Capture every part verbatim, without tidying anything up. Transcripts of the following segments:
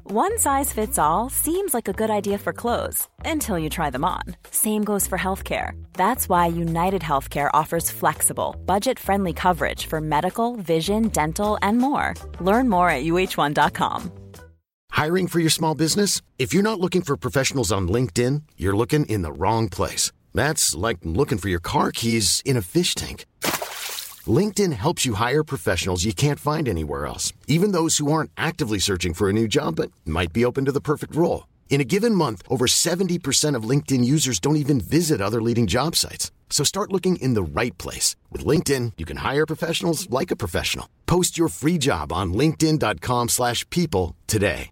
One size fits all seems like a good idea for clothes until you try them on. Same goes for healthcare. That's why United Healthcare offers flexible, budget-friendly coverage for medical, vision, dental, and more. Learn more at U H one dot com. Hiring for your small business? If you're not looking for professionals on LinkedIn, you're looking in the wrong place. That's like looking for your car keys in a fish tank. LinkedIn helps you hire professionals you can't find anywhere else, even those who aren't actively searching for a new job but might be open to the perfect role. In a given month, over seventy percent of LinkedIn users don't even visit other leading job sites. So start looking in the right place. With LinkedIn, you can hire professionals like a professional. Post your free job on linkedin dot com slash people today.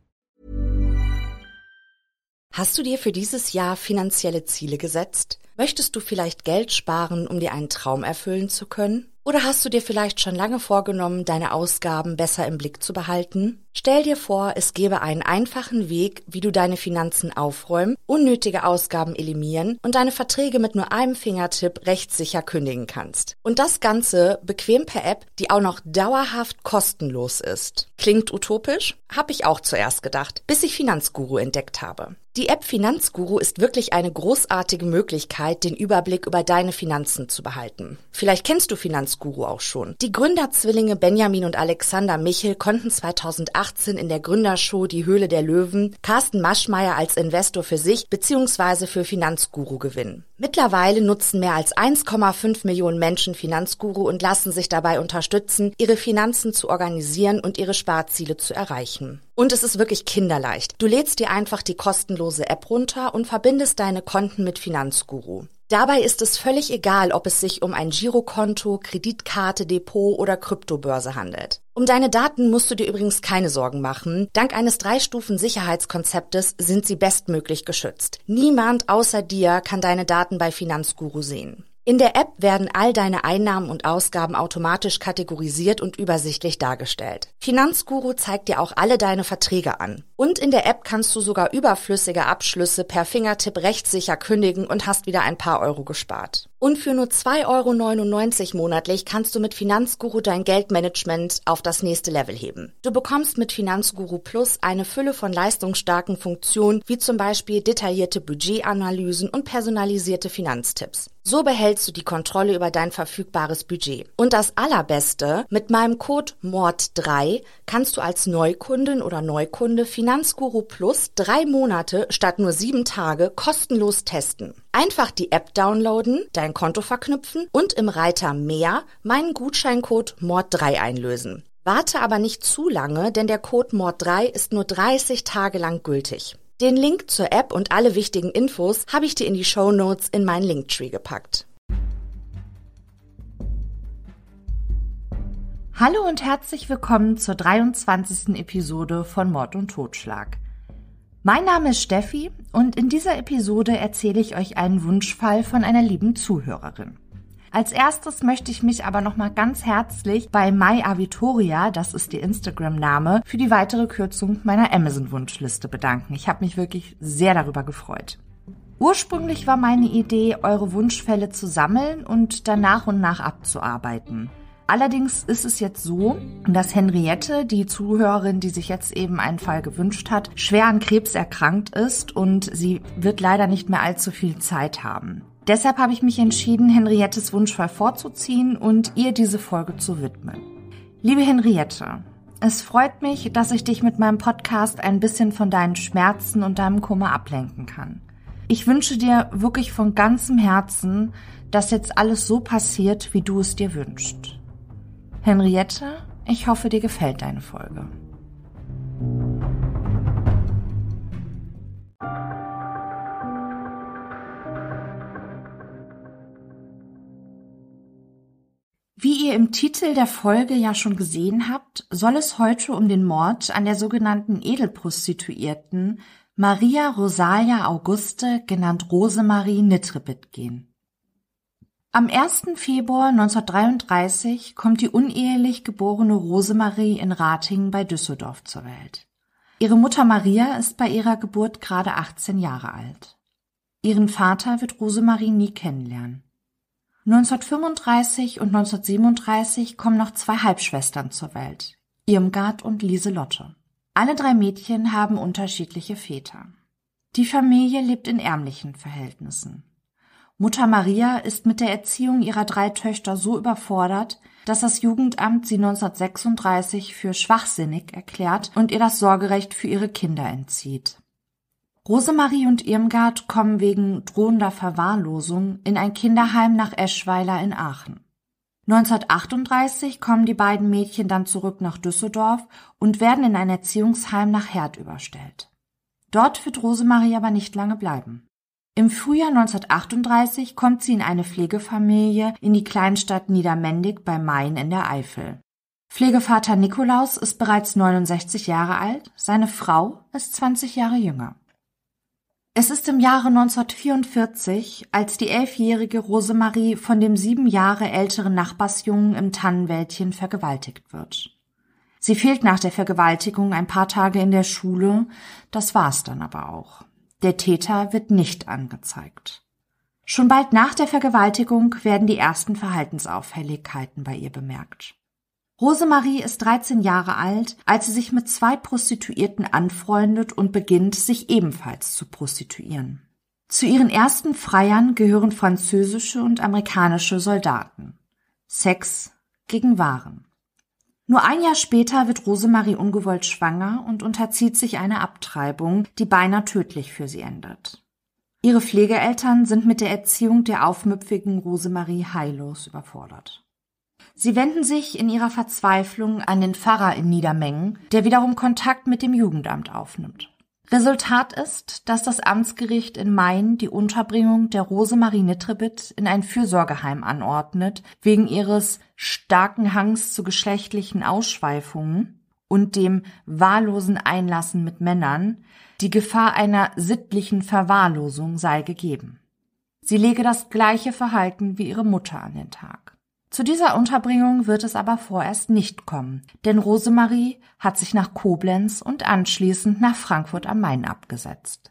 Hast du dir für dieses Jahr finanzielle Ziele gesetzt? Möchtest du vielleicht Geld sparen, um dir einen Traum erfüllen zu können? Oder hast du dir vielleicht schon lange vorgenommen, deine Ausgaben besser im Blick zu behalten? Stell dir vor, es gäbe einen einfachen Weg, wie du deine Finanzen aufräumen, unnötige Ausgaben eliminieren und deine Verträge mit nur einem Fingertipp rechtssicher kündigen kannst. Und das Ganze bequem per App, die auch noch dauerhaft kostenlos ist. Klingt utopisch? Hab ich auch zuerst gedacht, bis ich Finanzguru entdeckt habe. Die App Finanzguru ist wirklich eine großartige Möglichkeit, den Überblick über deine Finanzen zu behalten. Vielleicht kennst du Finanzguru auch schon. Die Gründerzwillinge Benjamin und Alexander Michel konnten zweitausendachtzehn in der Gründershow Die Höhle der Löwen Carsten Maschmeyer als Investor für sich bzw. für Finanzguru gewinnen. Mittlerweile nutzen mehr als eins Komma fünf Millionen Menschen Finanzguru und lassen sich dabei unterstützen, ihre Finanzen zu organisieren und ihre Sparziele zu erreichen. Und es ist wirklich kinderleicht. Du lädst dir einfach die kostenlose App runter und verbindest deine Konten mit Finanzguru. Dabei ist es völlig egal, ob es sich um ein Girokonto, Kreditkarte, Depot oder Kryptobörse handelt. Um deine Daten musst du dir übrigens keine Sorgen machen. Dank eines Drei-Stufen-Sicherheitskonzeptes sind sie bestmöglich geschützt. Niemand außer dir kann deine Daten bei Finanzguru sehen. In der App werden all deine Einnahmen und Ausgaben automatisch kategorisiert und übersichtlich dargestellt. Finanzguru zeigt dir auch alle deine Verträge an. Und in der App kannst du sogar überflüssige Abschlüsse per Fingertipp rechtssicher kündigen und hast wieder ein paar Euro gespart. Und für nur zwei Euro neunundneunzig monatlich kannst du mit Finanzguru dein Geldmanagement auf das nächste Level heben. Du bekommst mit Finanzguru Plus eine Fülle von leistungsstarken Funktionen, wie zum Beispiel detaillierte Budgetanalysen und personalisierte Finanztipps. So behältst du die Kontrolle über dein verfügbares Budget. Und das Allerbeste, mit meinem Code M O R D drei kannst du als Neukundin oder Neukunde Finanzguru Plus drei Monate statt nur sieben Tage kostenlos testen. Einfach die App downloaden, dein Konto verknüpfen und im Reiter Mehr meinen Gutscheincode M O R D drei einlösen. Warte aber nicht zu lange, denn der Code M O R D drei ist nur dreißig Tage lang gültig. Den Link zur App und alle wichtigen Infos habe ich dir in die Shownotes in meinen Linktree gepackt. Hallo und herzlich willkommen zur dreiundzwanzigsten Episode von Mord und Totschlag. Mein Name ist Steffi und in dieser Episode erzähle ich euch einen Wunschfall von einer lieben Zuhörerin. Als erstes möchte ich mich aber nochmal ganz herzlich bei MyAvitoria, das ist ihr Instagram-Name, für die weitere Kürzung meiner Amazon-Wunschliste bedanken. Ich habe mich wirklich sehr darüber gefreut. Ursprünglich war meine Idee, eure Wunschfälle zu sammeln und dann nach und nach abzuarbeiten. Allerdings ist es jetzt so, dass Henriette, die Zuhörerin, die sich jetzt eben einen Fall gewünscht hat, schwer an Krebs erkrankt ist und sie wird leider nicht mehr allzu viel Zeit haben. Deshalb habe ich mich entschieden, Henriettes Wunschfall vorzuziehen und ihr diese Folge zu widmen. Liebe Henriette, es freut mich, dass ich dich mit meinem Podcast ein bisschen von deinen Schmerzen und deinem Kummer ablenken kann. Ich wünsche dir wirklich von ganzem Herzen, dass jetzt alles so passiert, wie du es dir wünschst. Henriette, ich hoffe, dir gefällt deine Folge. Wie ihr im Titel der Folge ja schon gesehen habt, soll es heute um den Mord an der sogenannten Edelprostituierten Maria Rosalia Auguste, genannt Rosemarie Nittrebit, gehen. Am ersten Februar neunzehnhundertdreiunddreißig kommt die unehelich geborene Rosemarie in Ratingen bei Düsseldorf zur Welt. Ihre Mutter Maria ist bei ihrer Geburt gerade achtzehn Jahre alt. Ihren Vater wird Rosemarie nie kennenlernen. neunzehnhundertfünfunddreißig und neunzehnhundertsiebenunddreißig kommen noch zwei Halbschwestern zur Welt, Irmgard und Lieselotte. Alle drei Mädchen haben unterschiedliche Väter. Die Familie lebt in ärmlichen Verhältnissen. Mutter Maria ist mit der Erziehung ihrer drei Töchter so überfordert, dass das Jugendamt sie neunzehnhundertsechsunddreißig für schwachsinnig erklärt und ihr das Sorgerecht für ihre Kinder entzieht. Rosemarie und Irmgard kommen wegen drohender Verwahrlosung in ein Kinderheim nach Eschweiler in Aachen. neunzehnhundertachtunddreißig kommen die beiden Mädchen dann zurück nach Düsseldorf und werden in ein Erziehungsheim nach Herd überstellt. Dort wird Rosemarie aber nicht lange bleiben. Im Frühjahr neunzehnhundertachtunddreißig kommt sie in eine Pflegefamilie in die Kleinstadt Niedermendig bei Main in der Eifel. Pflegevater Nikolaus ist bereits neunundsechzig Jahre alt, seine Frau ist zwanzig Jahre jünger. Es ist im Jahre neunzehnhundertvierundvierzig, als die elfjährige Rosemarie von dem sieben Jahre älteren Nachbarsjungen im Tannenwäldchen vergewaltigt wird. Sie fehlt nach der Vergewaltigung ein paar Tage in der Schule, das war's dann aber auch. Der Täter wird nicht angezeigt. Schon bald nach der Vergewaltigung werden die ersten Verhaltensauffälligkeiten bei ihr bemerkt. Rosemarie ist dreizehn Jahre alt, als sie sich mit zwei Prostituierten anfreundet und beginnt, sich ebenfalls zu prostituieren. Zu ihren ersten Freiern gehören französische und amerikanische Soldaten. Sex gegen Waren. Nur ein Jahr später wird Rosemarie ungewollt schwanger und unterzieht sich einer Abtreibung, die beinahe tödlich für sie endet. Ihre Pflegeeltern sind mit der Erziehung der aufmüpfigen Rosemarie heillos überfordert. Sie wenden sich in ihrer Verzweiflung an den Pfarrer in Niedermengen, der wiederum Kontakt mit dem Jugendamt aufnimmt. Resultat ist, dass das Amtsgericht in Main die Unterbringung der Rosemarie Nittrebit in ein Fürsorgeheim anordnet, wegen ihres starken Hangs zu geschlechtlichen Ausschweifungen und dem wahllosen Einlassen mit Männern. Die Gefahr einer sittlichen Verwahrlosung sei gegeben. Sie lege das gleiche Verhalten wie ihre Mutter an den Tag. Zu dieser Unterbringung wird es aber vorerst nicht kommen, denn Rosemarie hat sich nach Koblenz und anschließend nach Frankfurt am Main abgesetzt.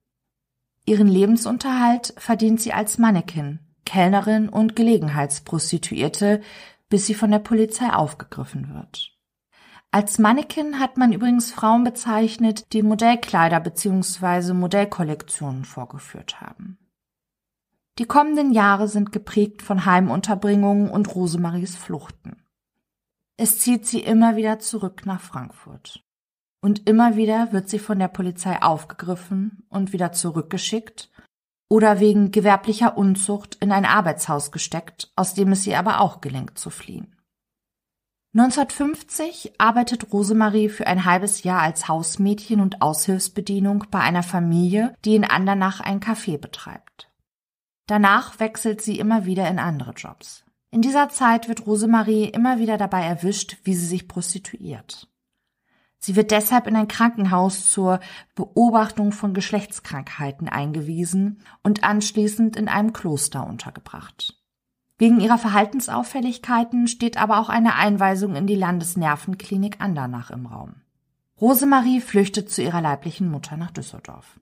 Ihren Lebensunterhalt verdient sie als Mannequin, Kellnerin und Gelegenheitsprostituierte, bis sie von der Polizei aufgegriffen wird. Als Mannequin hat man übrigens Frauen bezeichnet, die Modellkleider bzw. Modellkollektionen vorgeführt haben. Die kommenden Jahre sind geprägt von Heimunterbringungen und Rosemaries Fluchten. Es zieht sie immer wieder zurück nach Frankfurt. Und immer wieder wird sie von der Polizei aufgegriffen und wieder zurückgeschickt oder wegen gewerblicher Unzucht in ein Arbeitshaus gesteckt, aus dem es ihr aber auch gelingt zu fliehen. neunzehnhundertfünfzig arbeitet Rosemarie für ein halbes Jahr als Hausmädchen und Aushilfsbedienung bei einer Familie, die in Andernach ein Café betreibt. Danach wechselt sie immer wieder in andere Jobs. In dieser Zeit wird Rosemarie immer wieder dabei erwischt, wie sie sich prostituiert. Sie wird deshalb in ein Krankenhaus zur Beobachtung von Geschlechtskrankheiten eingewiesen und anschließend in einem Kloster untergebracht. Wegen ihrer Verhaltensauffälligkeiten steht aber auch eine Einweisung in die Landesnervenklinik Andernach im Raum. Rosemarie flüchtet zu ihrer leiblichen Mutter nach Düsseldorf.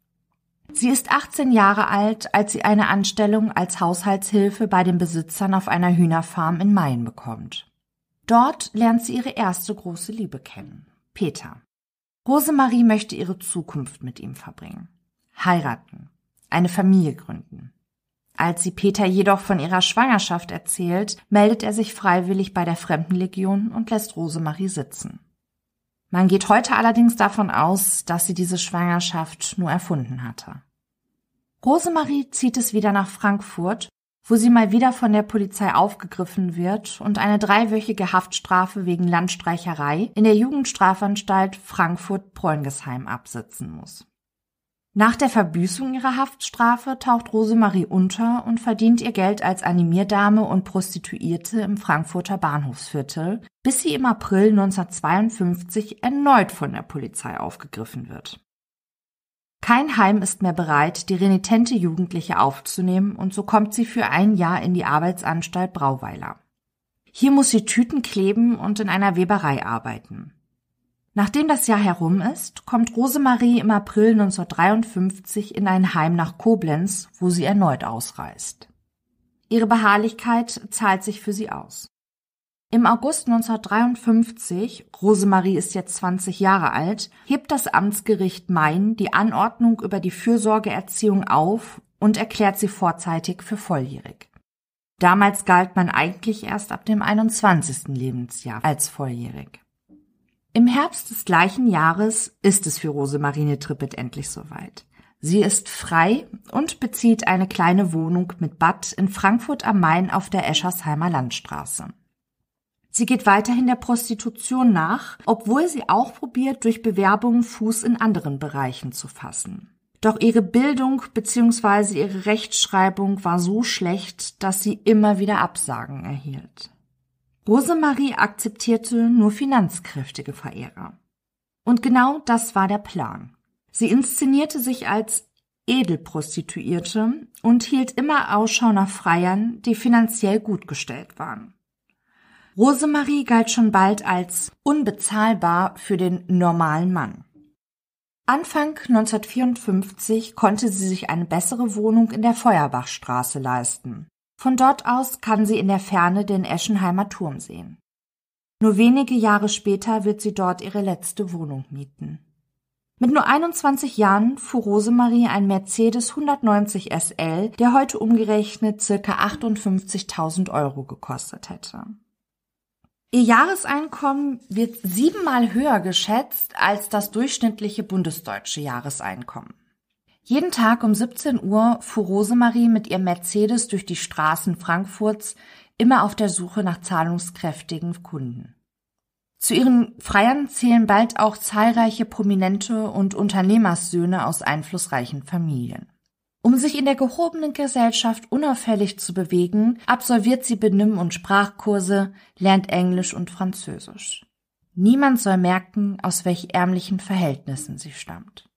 Sie ist achtzehn Jahre alt, als sie eine Anstellung als Haushaltshilfe bei den Besitzern auf einer Hühnerfarm in Main bekommt. Dort lernt sie ihre erste große Liebe kennen, Peter. Rosemarie möchte ihre Zukunft mit ihm verbringen, heiraten, eine Familie gründen. Als sie Peter jedoch von ihrer Schwangerschaft erzählt, meldet er sich freiwillig bei der Fremdenlegion und lässt Rosemarie sitzen. Man geht heute allerdings davon aus, dass sie diese Schwangerschaft nur erfunden hatte. Rosemarie zieht es wieder nach Frankfurt, wo sie mal wieder von der Polizei aufgegriffen wird und eine dreiwöchige Haftstrafe wegen Landstreicherei in der Jugendstrafanstalt Frankfurt-Preungesheim absitzen muss. Nach der Verbüßung ihrer Haftstrafe taucht Rosemarie unter und verdient ihr Geld als Animierdame und Prostituierte im Frankfurter Bahnhofsviertel, bis sie im April neunzehnhundertzweiundfünfzig erneut von der Polizei aufgegriffen wird. Kein Heim ist mehr bereit, die renitente Jugendliche aufzunehmen, und so kommt sie für ein Jahr in die Arbeitsanstalt Brauweiler. Hier muss sie Tüten kleben und in einer Weberei arbeiten. Nachdem das Jahr herum ist, kommt Rosemarie im April neunzehnhundertdreiundfünfzig in ein Heim nach Koblenz, wo sie erneut ausreist. Ihre Beharrlichkeit zahlt sich für sie aus. Im August neunzehnhundertdreiundfünfzig, Rosemarie ist jetzt zwanzig Jahre alt, hebt das Amtsgericht Main die Anordnung über die Fürsorgeerziehung auf und erklärt sie vorzeitig für volljährig. Damals galt man eigentlich erst ab dem einundzwanzigsten Lebensjahr als volljährig. Im Herbst des gleichen Jahres ist es für Rosemarie Nitrippet endlich soweit. Sie ist frei und bezieht eine kleine Wohnung mit Bad in Frankfurt am Main auf der Eschersheimer Landstraße. Sie geht weiterhin der Prostitution nach, obwohl sie auch probiert, durch Bewerbungen Fuß in anderen Bereichen zu fassen. Doch ihre Bildung bzw. ihre Rechtschreibung war so schlecht, dass sie immer wieder Absagen erhielt. Rosemarie akzeptierte nur finanzkräftige Verehrer. Und genau das war der Plan. Sie inszenierte sich als Edelprostituierte und hielt immer Ausschau nach Freiern, die finanziell gut gestellt waren. Rosemarie galt schon bald als unbezahlbar für den normalen Mann. Anfang neunzehnhundertvierundfünfzig konnte sie sich eine bessere Wohnung in der Feuerbachstraße leisten. Von dort aus kann sie in der Ferne den Eschenheimer Turm sehen. Nur wenige Jahre später wird sie dort ihre letzte Wohnung mieten. Mit nur einundzwanzig Jahren fuhr Rosemarie ein Mercedes hundertneunzig S L, der heute umgerechnet ca. achtundfünfzigtausend Euro gekostet hätte. Ihr Jahreseinkommen wird siebenmal höher geschätzt als das durchschnittliche bundesdeutsche Jahreseinkommen. Jeden Tag um siebzehn Uhr fuhr Rosemarie mit ihrem Mercedes durch die Straßen Frankfurts, immer auf der Suche nach zahlungskräftigen Kunden. Zu ihren Freiern zählen bald auch zahlreiche Prominente und Unternehmerssöhne aus einflussreichen Familien. Um sich in der gehobenen Gesellschaft unauffällig zu bewegen, absolviert sie Benimm- und Sprachkurse, lernt Englisch und Französisch. Niemand soll merken, aus welch ärmlichen Verhältnissen sie stammt.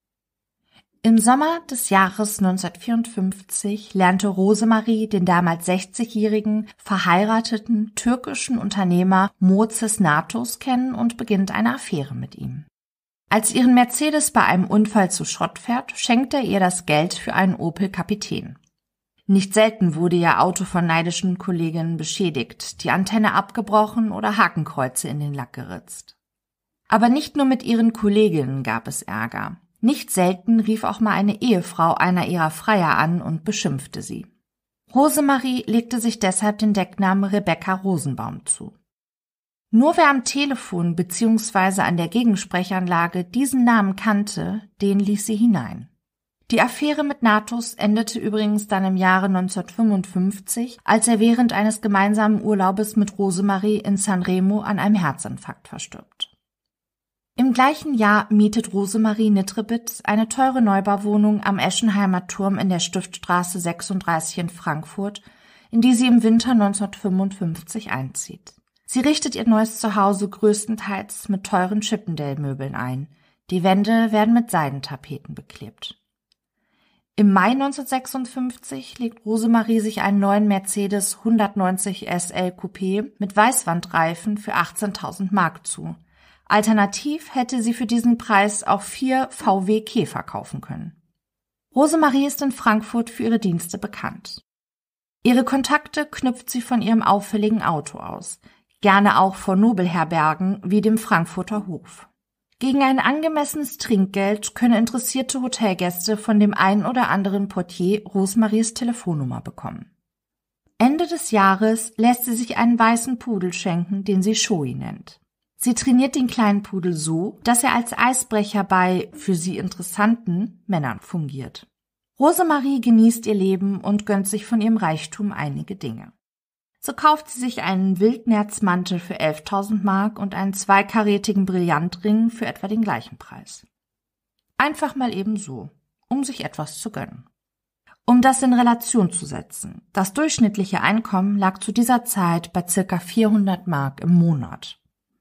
Im Sommer des Jahres neunzehnhundertvierundfünfzig lernte Rosemarie den damals sechzigjährigen, verheirateten türkischen Unternehmer Moses Natos kennen und beginnt eine Affäre mit ihm. Als sie ihren Mercedes bei einem Unfall zu Schrott fährt, schenkt er ihr das Geld für einen Opel Kapitän. Nicht selten wurde ihr Auto von neidischen Kolleginnen beschädigt, die Antenne abgebrochen oder Hakenkreuze in den Lack geritzt. Aber nicht nur mit ihren Kolleginnen gab es Ärger. Nicht selten rief auch mal eine Ehefrau einer ihrer Freier an und beschimpfte sie. Rosemarie legte sich deshalb den Decknamen Rebecca Rosenbaum zu. Nur wer am Telefon bzw. an der Gegensprechanlage diesen Namen kannte, den ließ sie hinein. Die Affäre mit Natos endete übrigens dann im Jahre neunzehnhundertfünfundfünfzig, als er während eines gemeinsamen Urlaubes mit Rosemarie in Sanremo an einem Herzinfarkt verstirbt. Im gleichen Jahr mietet Rosemarie Nitrippet eine teure Neubauwohnung am Eschenheimer Turm in der Stiftstraße sechsunddreißig in Frankfurt, in die sie im Winter neunzehnhundertfünfundfünfzig einzieht. Sie richtet ihr neues Zuhause größtenteils mit teuren Chippendale-Möbeln ein. Die Wände werden mit Seidentapeten beklebt. Im Mai neunzehnhundertsechsundfünfzig legt Rosemarie sich einen neuen Mercedes hundertneunzig S L Coupé mit Weißwandreifen für achtzehntausend Mark zu. Alternativ hätte sie für diesen Preis auch vier V W Käfer kaufen können. Rosemarie ist in Frankfurt für ihre Dienste bekannt. Ihre Kontakte knüpft sie von ihrem auffälligen Auto aus, gerne auch vor Nobelherbergen wie dem Frankfurter Hof. Gegen ein angemessenes Trinkgeld können interessierte Hotelgäste von dem einen oder anderen Portier Rosemaries Telefonnummer bekommen. Ende des Jahres lässt sie sich einen weißen Pudel schenken, den sie Shoei nennt. Sie trainiert den kleinen Pudel so, dass er als Eisbrecher bei für sie interessanten Männern fungiert. Rosemarie genießt ihr Leben und gönnt sich von ihrem Reichtum einige Dinge. So kauft sie sich einen Wildnerzmantel für elftausend Mark und einen zweikarätigen Brillantring für etwa den gleichen Preis. Einfach mal eben so, um sich etwas zu gönnen. Um das in Relation zu setzen, das durchschnittliche Einkommen lag zu dieser Zeit bei ca. vierhundert Mark im Monat.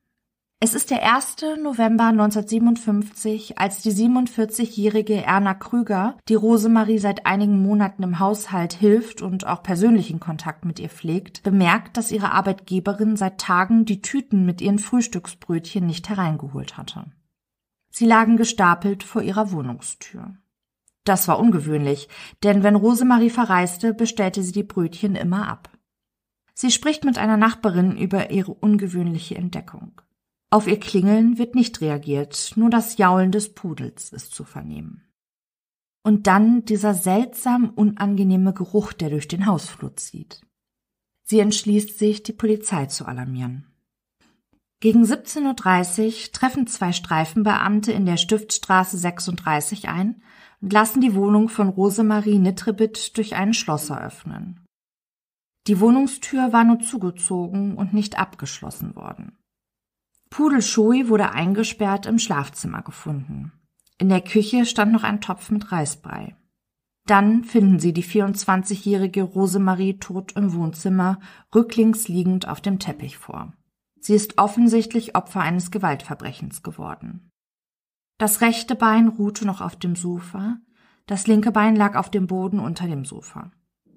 Es ist der erste November neunzehnhundertsiebenundfünfzig, als die siebenundvierzigjährige Erna Krüger, die Rosemarie seit einigen Monaten im Haushalt hilft und auch persönlichen Kontakt mit ihr pflegt, bemerkt, dass ihre Arbeitgeberin seit Tagen die Tüten mit ihren Frühstücksbrötchen nicht hereingeholt hatte. Sie lagen gestapelt vor ihrer Wohnungstür. Das war ungewöhnlich, denn wenn Rosemarie verreiste, bestellte sie die Brötchen immer ab. Sie spricht mit einer Nachbarin über ihre ungewöhnliche Entdeckung. Auf ihr Klingeln wird nicht reagiert, nur das Jaulen des Pudels ist zu vernehmen. Und dann dieser seltsam unangenehme Geruch, der durch den Hausflur zieht. Sie entschließt sich, die Polizei zu alarmieren. Gegen siebzehn Uhr dreißig treffen zwei Streifenbeamte in der Stiftstraße sechsunddreißig ein und lassen die Wohnung von Rosemarie Nittrebit durch einen Schlosser öffnen. Die Wohnungstür war nur zugezogen und nicht abgeschlossen worden. Pudel Shoei wurde eingesperrt im Schlafzimmer gefunden. In der Küche stand noch ein Topf mit Reisbrei. Dann finden sie die vierundzwanzigjährige Rosemarie tot im Wohnzimmer, rücklings liegend auf dem Teppich vor. Sie ist offensichtlich Opfer eines Gewaltverbrechens geworden. Das rechte Bein ruhte noch auf dem Sofa, das linke Bein lag auf dem Boden unter dem Sofa.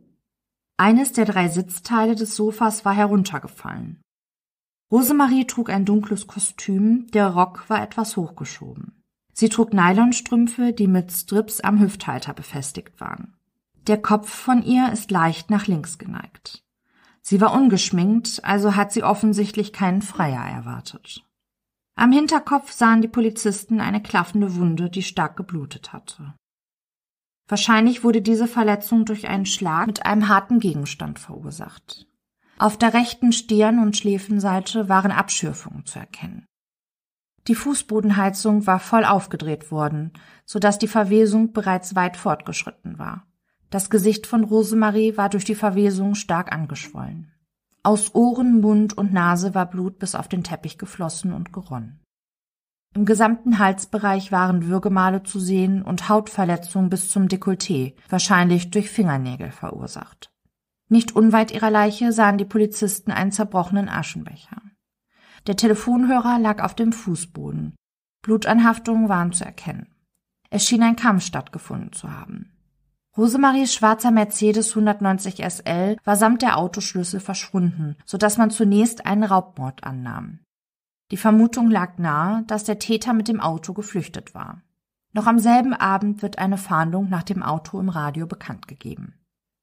Eines der drei Sitzteile des Sofas war heruntergefallen. Rosemarie trug ein dunkles Kostüm, der Rock war etwas hochgeschoben. Sie trug Nylonstrümpfe, die mit Strips am Hüfthalter befestigt waren. Der Kopf von ihr ist leicht nach links geneigt. Sie war ungeschminkt, also hat sie offensichtlich keinen Freier erwartet. Am Hinterkopf sahen die Polizisten eine klaffende Wunde, die stark geblutet hatte. Wahrscheinlich wurde diese Verletzung durch einen Schlag mit einem harten Gegenstand verursacht. Auf der rechten Stirn- und Schläfenseite waren Abschürfungen zu erkennen. Die Fußbodenheizung war voll aufgedreht worden, sodass die Verwesung bereits weit fortgeschritten war. Das Gesicht von Rosemarie war durch die Verwesung stark angeschwollen. Aus Ohren, Mund und Nase war Blut bis auf den Teppich geflossen und geronnen. Im gesamten Halsbereich waren Würgemale zu sehen und Hautverletzungen bis zum Dekolleté, wahrscheinlich durch Fingernägel verursacht. Nicht unweit ihrer Leiche sahen die Polizisten einen zerbrochenen Aschenbecher. Der Telefonhörer lag auf dem Fußboden. Blutanhaftungen waren zu erkennen. Es schien ein Kampf stattgefunden zu haben. Rosemaries schwarzer Mercedes hundertneunzig S L war samt der Autoschlüssel verschwunden, sodass man zunächst einen Raubmord annahm. Die Vermutung lag nahe, dass der Täter mit dem Auto geflüchtet war. Noch am selben Abend wird eine Fahndung nach dem Auto im Radio bekannt gegeben.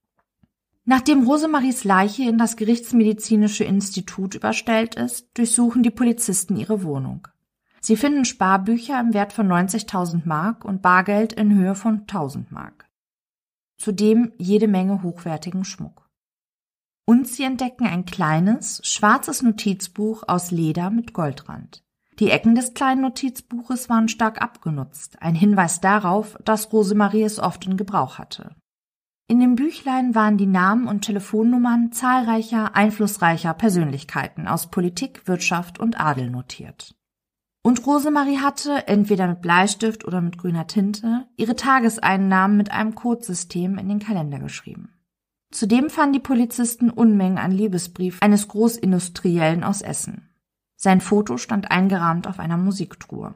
Nachdem Rosemaries Leiche in das Gerichtsmedizinische Institut überstellt ist, durchsuchen die Polizisten ihre Wohnung. Sie finden Sparbücher im Wert von neunzigtausend Mark und Bargeld in Höhe von tausend Mark. Zudem jede Menge hochwertigen Schmuck. Und sie entdecken ein kleines, schwarzes Notizbuch aus Leder mit Goldrand. Die Ecken des kleinen Notizbuches waren stark abgenutzt, ein Hinweis darauf, dass Rosemarie es oft in Gebrauch hatte. In dem Büchlein waren die Namen und Telefonnummern zahlreicher, einflussreicher Persönlichkeiten aus Politik, Wirtschaft und Adel notiert. Und Rosemarie hatte, entweder mit Bleistift oder mit grüner Tinte, ihre Tageseinnahmen mit einem Codesystem in den Kalender geschrieben. Zudem fanden die Polizisten Unmengen an Liebesbrief eines Großindustriellen aus Essen. Sein Foto stand eingerahmt auf einer Musiktruhe.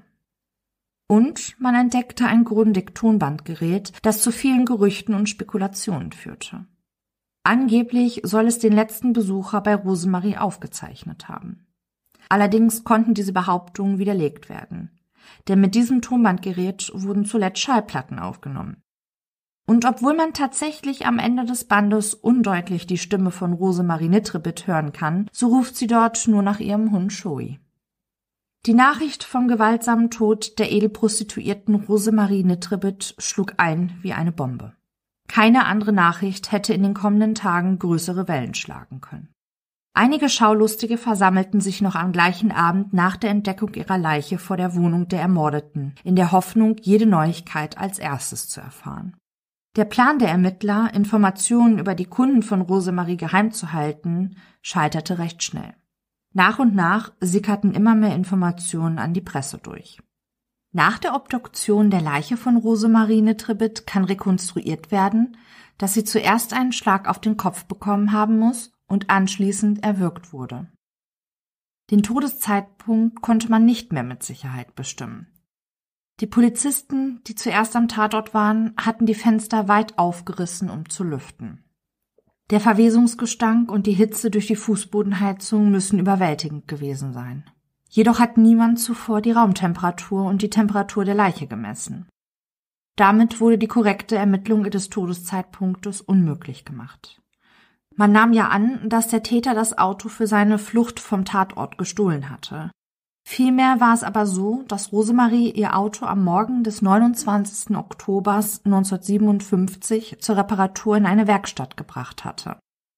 Und man entdeckte ein Grundig-Tonbandgerät, das zu vielen Gerüchten und Spekulationen führte. Angeblich soll es den letzten Besucher bei Rosemarie aufgezeichnet haben. Allerdings konnten diese Behauptungen widerlegt werden, denn mit diesem Tonbandgerät wurden zuletzt Schallplatten aufgenommen. Und obwohl man tatsächlich am Ende des Bandes undeutlich die Stimme von Rosemarie Nittrebit hören kann, so ruft sie dort nur nach ihrem Hund Shoei. Die Nachricht vom gewaltsamen Tod der Edelprostituierten Rosemarie Nittrebit schlug ein wie eine Bombe. Keine andere Nachricht hätte in den kommenden Tagen größere Wellen schlagen können. Einige Schaulustige versammelten sich noch am gleichen Abend nach der Entdeckung ihrer Leiche vor der Wohnung der Ermordeten, in der Hoffnung, jede Neuigkeit als erstes zu erfahren. Der Plan der Ermittler, Informationen über die Kunden von Rosemarie geheim zu halten, scheiterte recht schnell. Nach und nach sickerten immer mehr Informationen an die Presse durch. Nach der Obduktion der Leiche von Rosemarie Nittrebit kann rekonstruiert werden, dass sie zuerst einen Schlag auf den Kopf bekommen haben muss und anschließend erwürgt wurde. Den Todeszeitpunkt konnte man nicht mehr mit Sicherheit bestimmen. Die Polizisten, die zuerst am Tatort waren, hatten die Fenster weit aufgerissen, um zu lüften. Der Verwesungsgestank und die Hitze durch die Fußbodenheizung müssen überwältigend gewesen sein. Jedoch hat niemand zuvor die Raumtemperatur und die Temperatur der Leiche gemessen. Damit wurde die korrekte Ermittlung des Todeszeitpunktes unmöglich gemacht. Man nahm ja an, dass der Täter das Auto für seine Flucht vom Tatort gestohlen hatte. Vielmehr war es aber so, dass Rosemarie ihr Auto am Morgen des neunundzwanzigsten Oktober neunzehnhundertsiebenundfünfzig zur Reparatur in eine Werkstatt gebracht hatte.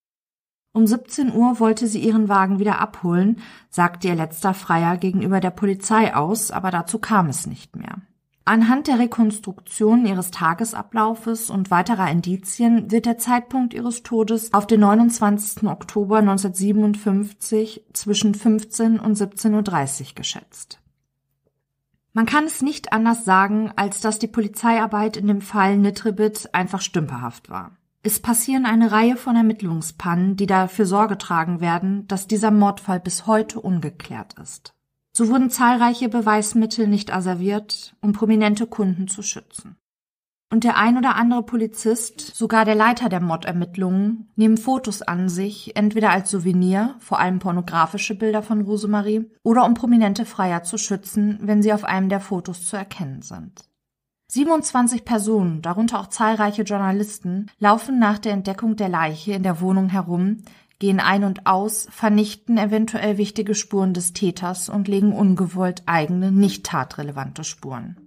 Um siebzehn Uhr wollte sie ihren Wagen wieder abholen, sagte ihr letzter Freier gegenüber der Polizei aus, aber dazu kam es nicht mehr. Anhand der Rekonstruktion ihres Tagesablaufes und weiterer Indizien wird der Zeitpunkt ihres Todes auf den neunundzwanzigsten Oktober neunzehnhundertsiebenundfünfzig zwischen fünfzehn und siebzehn Uhr dreißig geschätzt. Man kann es nicht anders sagen, als dass die Polizeiarbeit in dem Fall Nitribit einfach stümperhaft war. Es passieren eine Reihe von Ermittlungspannen, die dafür Sorge tragen werden, dass dieser Mordfall bis heute ungeklärt ist. So wurden zahlreiche Beweismittel nicht asserviert, um prominente Kunden zu schützen. Und der ein oder andere Polizist, sogar der Leiter der Mordermittlungen, nehmen Fotos an sich, entweder als Souvenir, vor allem pornografische Bilder von Rosemarie, oder um prominente Freier zu schützen, wenn sie auf einem der Fotos zu erkennen sind. siebenundzwanzig Personen, darunter auch zahlreiche Journalisten, laufen nach der Entdeckung der Leiche in der Wohnung herum, gehen ein und aus, vernichten eventuell wichtige Spuren des Täters und legen ungewollt eigene, nicht tatrelevante Spuren.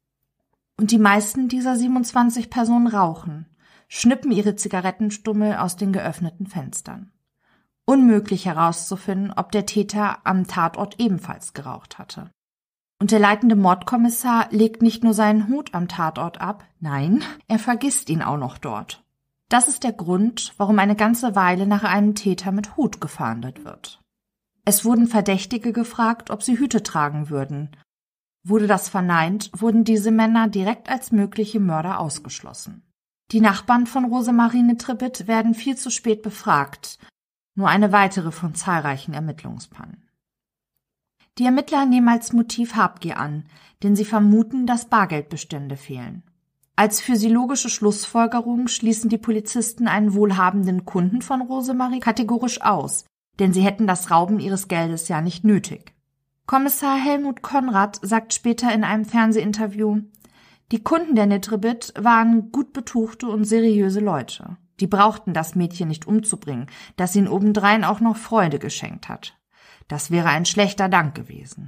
Und die meisten dieser siebenundzwanzig Personen rauchen, schnippen ihre Zigarettenstummel aus den geöffneten Fenstern. Unmöglich herauszufinden, ob der Täter am Tatort ebenfalls geraucht hatte. Und der leitende Mordkommissar legt nicht nur seinen Hut am Tatort ab, nein, er vergisst ihn auch noch dort. Das ist der Grund, warum eine ganze Weile nach einem Täter mit Hut gefahndet wird. Es wurden Verdächtige gefragt, ob sie Hüte tragen würden. Wurde das verneint, wurden diese Männer direkt als mögliche Mörder ausgeschlossen. Die Nachbarn von Rosemarie Nitribit werden viel zu spät befragt, nur eine weitere von zahlreichen Ermittlungspannen. Die Ermittler nehmen als Motiv Habgier an, denn sie vermuten, dass Bargeldbestände fehlen. Als physiologische Schlussfolgerung schließen die Polizisten einen wohlhabenden Kunden von Rosemarie kategorisch aus, denn sie hätten das Rauben ihres Geldes ja nicht nötig. Kommissar Helmut Konrad sagt später in einem Fernsehinterview, die Kunden der Nitribit waren gut betuchte und seriöse Leute. Die brauchten das Mädchen nicht umzubringen, das ihnen obendrein auch noch Freude geschenkt hat. Das wäre ein schlechter Dank gewesen.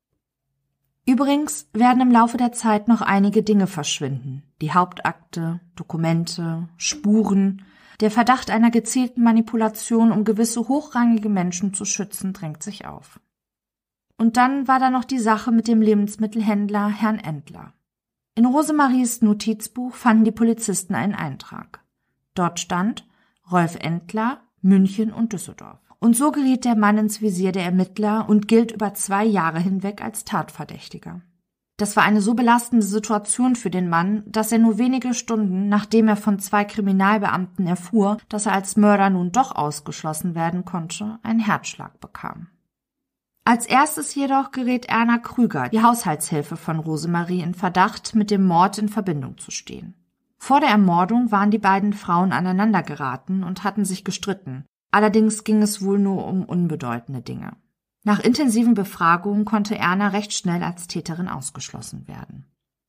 Übrigens werden im Laufe der Zeit noch einige Dinge verschwinden. Die Hauptakte, Dokumente, Spuren. Der Verdacht einer gezielten Manipulation, um gewisse hochrangige Menschen zu schützen, drängt sich auf. Und dann war da noch die Sache mit dem Lebensmittelhändler Herrn Endler. In Rosemaries Notizbuch fanden die Polizisten einen Eintrag. Dort stand Rolf Endler, München und Düsseldorf. Und so geriet der Mann ins Visier der Ermittler und gilt über zwei Jahre hinweg als Tatverdächtiger. Das war eine so belastende Situation für den Mann, dass er nur wenige Stunden, nachdem er von zwei Kriminalbeamten erfuhr, dass er als Mörder nun doch ausgeschlossen werden konnte, einen Herzschlag bekam. Als erstes jedoch gerät Erna Krüger, die Haushaltshilfe von Rosemarie, in Verdacht, mit dem Mord in Verbindung zu stehen. Vor der Ermordung waren die beiden Frauen aneinander geraten und hatten sich gestritten. Allerdings ging es wohl nur um unbedeutende Dinge. Nach intensiven Befragungen konnte Erna recht schnell als Täterin ausgeschlossen werden.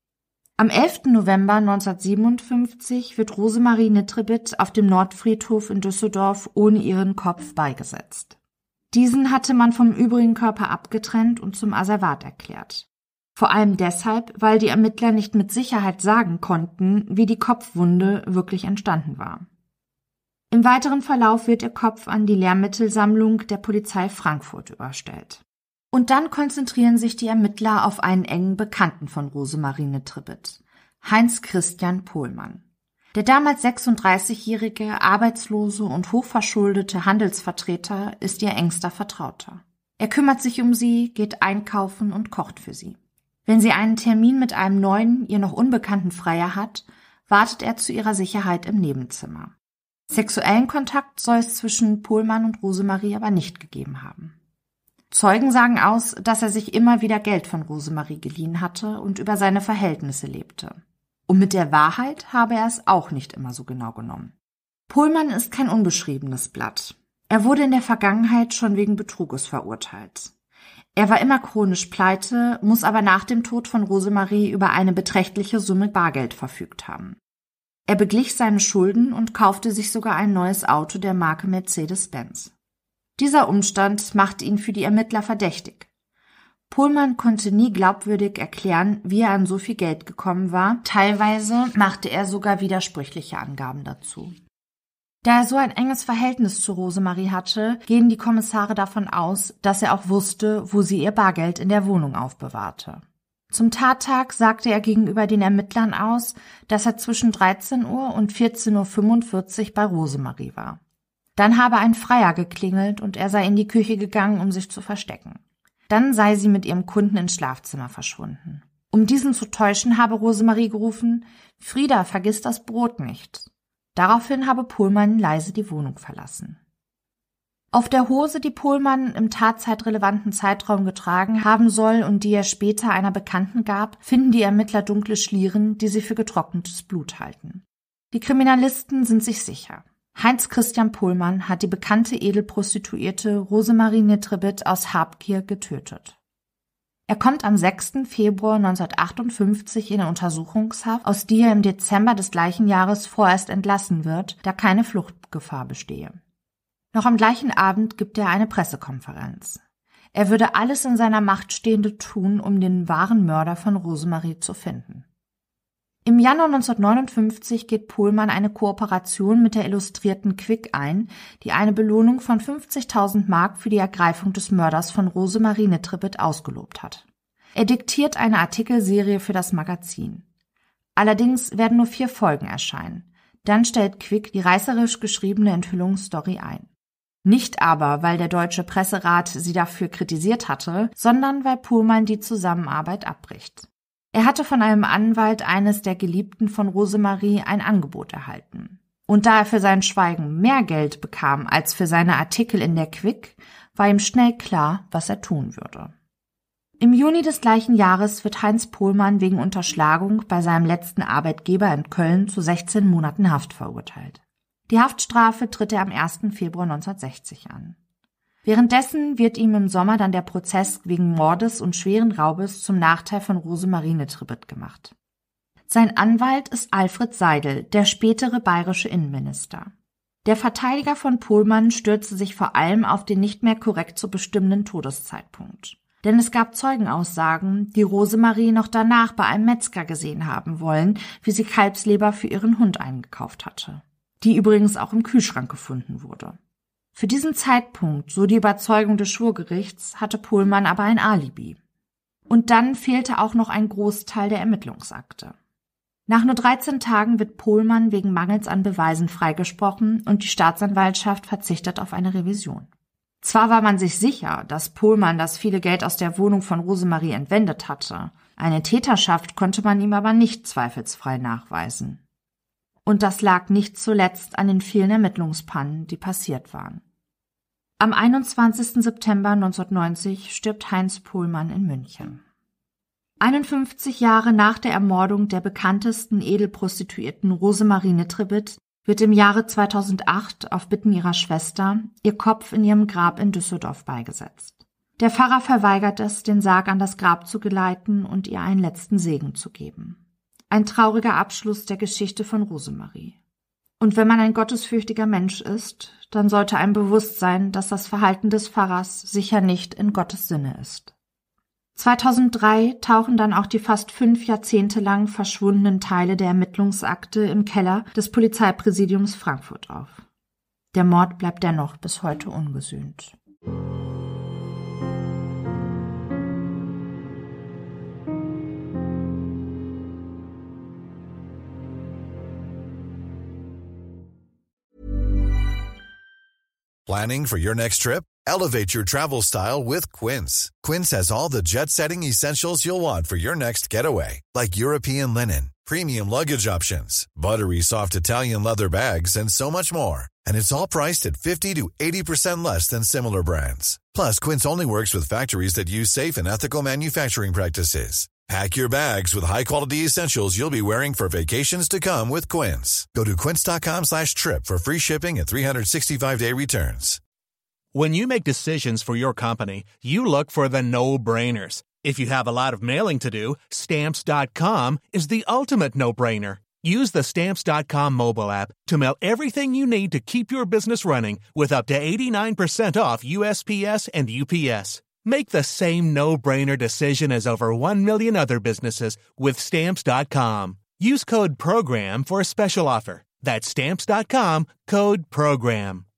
Am elften November neunzehnhundertsiebenundfünfzig wird Rosemarie Nitribit auf dem Nordfriedhof in Düsseldorf ohne ihren Kopf beigesetzt. Diesen hatte man vom übrigen Körper abgetrennt und zum Asservat erklärt. Vor allem deshalb, weil die Ermittler nicht mit Sicherheit sagen konnten, wie die Kopfwunde wirklich entstanden war. Im weiteren Verlauf wird ihr Kopf an die Lehrmittelsammlung der Polizei Frankfurt überstellt. Und dann konzentrieren sich die Ermittler auf einen engen Bekannten von Rosemarie Nitribit, Heinz Christian Pohlmann. Der damals sechsunddreißigjährige, arbeitslose und hochverschuldete Handelsvertreter ist ihr engster Vertrauter. Er kümmert sich um sie, geht einkaufen und kocht für sie. Wenn sie einen Termin mit einem neuen, ihr noch unbekannten Freier hat, wartet er zu ihrer Sicherheit im Nebenzimmer. Sexuellen Kontakt soll es zwischen Pohlmann und Rosemarie aber nicht gegeben haben. Zeugen sagen aus, dass er sich immer wieder Geld von Rosemarie geliehen hatte und über seine Verhältnisse lebte. Und mit der Wahrheit habe er es auch nicht immer so genau genommen. Pohlmann ist kein unbeschriebenes Blatt. Er wurde in der Vergangenheit schon wegen Betruges verurteilt. Er war immer chronisch pleite, muss aber nach dem Tod von Rosemarie über eine beträchtliche Summe Bargeld verfügt haben. Er beglich seine Schulden und kaufte sich sogar ein neues Auto der Marke Mercedes-Benz. Dieser Umstand machte ihn für die Ermittler verdächtig. Pohlmann konnte nie glaubwürdig erklären, wie er an so viel Geld gekommen war. Teilweise machte er sogar widersprüchliche Angaben dazu. Da er so ein enges Verhältnis zu Rosemarie hatte, gehen die Kommissare davon aus, dass er auch wusste, wo sie ihr Bargeld in der Wohnung aufbewahrte. Zum Tattag sagte er gegenüber den Ermittlern aus, dass er zwischen dreizehn Uhr und vierzehn Uhr fünfundvierzig bei Rosemarie war. Dann habe ein Freier geklingelt und er sei in die Küche gegangen, um sich zu verstecken. Dann sei sie mit ihrem Kunden ins Schlafzimmer verschwunden. Um diesen zu täuschen, habe Rosemarie gerufen, »Frieda, vergiss das Brot nicht.« Daraufhin habe Pohlmann leise die Wohnung verlassen. Auf der Hose, die Pohlmann im tatzeitrelevanten Zeitraum getragen haben soll und die er später einer Bekannten gab, finden die Ermittler dunkle Schlieren, die sie für getrocknetes Blut halten. Die Kriminalisten sind sich sicher. Heinz Christian Pohlmann hat die bekannte Edelprostituierte Rosemarie Nittrebit aus Habgier getötet. Er kommt am sechsten Februar neunzehnhundertachtundfünfzig in der Untersuchungshaft, aus der er im Dezember des gleichen Jahres vorerst entlassen wird, da keine Fluchtgefahr bestehe. Noch am gleichen Abend gibt er eine Pressekonferenz. Er würde alles in seiner Macht Stehende tun, um den wahren Mörder von Rosemarie zu finden. Im Januar neunzehnhundertneunundfünfzig geht Pohlmann eine Kooperation mit der Illustrierten Quick ein, die eine Belohnung von fünfzigtausend Mark für die Ergreifung des Mörders von Rosemarie Nittrebit ausgelobt hat. Er diktiert eine Artikelserie für das Magazin. Allerdings werden nur vier Folgen erscheinen. Dann stellt Quick die reißerisch geschriebene Enthüllungsstory ein. Nicht aber, weil der Deutsche Presserat sie dafür kritisiert hatte, sondern weil Pohlmann die Zusammenarbeit abbricht. Er hatte von einem Anwalt eines der Geliebten von Rosemarie ein Angebot erhalten. Und da er für sein Schweigen mehr Geld bekam als für seine Artikel in der Quick, war ihm schnell klar, was er tun würde. Im Juni des gleichen Jahres wird Heinz Pohlmann wegen Unterschlagung bei seinem letzten Arbeitgeber in Köln zu sechzehn Monaten Haft verurteilt. Die Haftstrafe tritt er am ersten Februar neunzehnhundertsechzig an. Währenddessen wird ihm im Sommer dann der Prozess wegen Mordes und schweren Raubes zum Nachteil von Rosemarie Nittrebit gemacht. Sein Anwalt ist Alfred Seidel, der spätere bayerische Innenminister. Der Verteidiger von Pohlmann stürzte sich vor allem auf den nicht mehr korrekt zu bestimmenden Todeszeitpunkt. Denn es gab Zeugenaussagen, die Rosemarie noch danach bei einem Metzger gesehen haben wollen, wie sie Kalbsleber für ihren Hund eingekauft hatte, die übrigens auch im Kühlschrank gefunden wurde. Für diesen Zeitpunkt, so die Überzeugung des Schwurgerichts, hatte Pohlmann aber ein Alibi. Und dann fehlte auch noch ein Großteil der Ermittlungsakte. Nach nur dreizehn Tagen wird Pohlmann wegen Mangels an Beweisen freigesprochen und die Staatsanwaltschaft verzichtet auf eine Revision. Zwar war man sich sicher, dass Pohlmann das viele Geld aus der Wohnung von Rosemarie entwendet hatte, eine Täterschaft konnte man ihm aber nicht zweifelsfrei nachweisen. Und das lag nicht zuletzt an den vielen Ermittlungspannen, die passiert waren. Am einundzwanzigsten September neunzehnhundertneunzig stirbt Heinz Pohlmann in München. einundfünfzig Jahre nach der Ermordung der bekanntesten Edelprostituierten Rosemarie Nittrebit wird im Jahre zweitausendacht auf Bitten ihrer Schwester ihr Kopf in ihrem Grab in Düsseldorf beigesetzt. Der Pfarrer verweigert es, den Sarg an das Grab zu geleiten und ihr einen letzten Segen zu geben. Ein trauriger Abschluss der Geschichte von Rosemarie. Und wenn man ein gottesfürchtiger Mensch ist, dann sollte einem bewusst sein, dass das Verhalten des Pfarrers sicher nicht in Gottes Sinne ist. zweitausenddrei tauchen dann auch die fast fünf Jahrzehnte lang verschwundenen Teile der Ermittlungsakte im Keller des Polizeipräsidiums Frankfurt auf. Der Mord bleibt dennoch bis heute ungesühnt. Planning for your next trip? Elevate your travel style with Quince. Quince has all the jet-setting essentials you'll want for your next getaway, like European linen, premium luggage options, buttery soft Italian leather bags, and so much more. And it's all priced at fifty to eighty percent less than similar brands. Plus, Quince only works with factories that use safe and ethical manufacturing practices. Pack your bags with high-quality essentials you'll be wearing for vacations to come with Quince. Go to quince.com slash trip for free shipping and three sixty-five day returns. When you make decisions for your company, you look for the no-brainers. If you have a lot of mailing to do, Stamps dot com is the ultimate no-brainer. Use the Stamps dot com mobile app to mail everything you need to keep your business running with up to eighty-nine percent off U S P S and U P S. Make the same no-brainer decision as over one million other businesses with Stamps dot com. Use code PROGRAM for a special offer. That's Stamps dot com, code PROGRAM.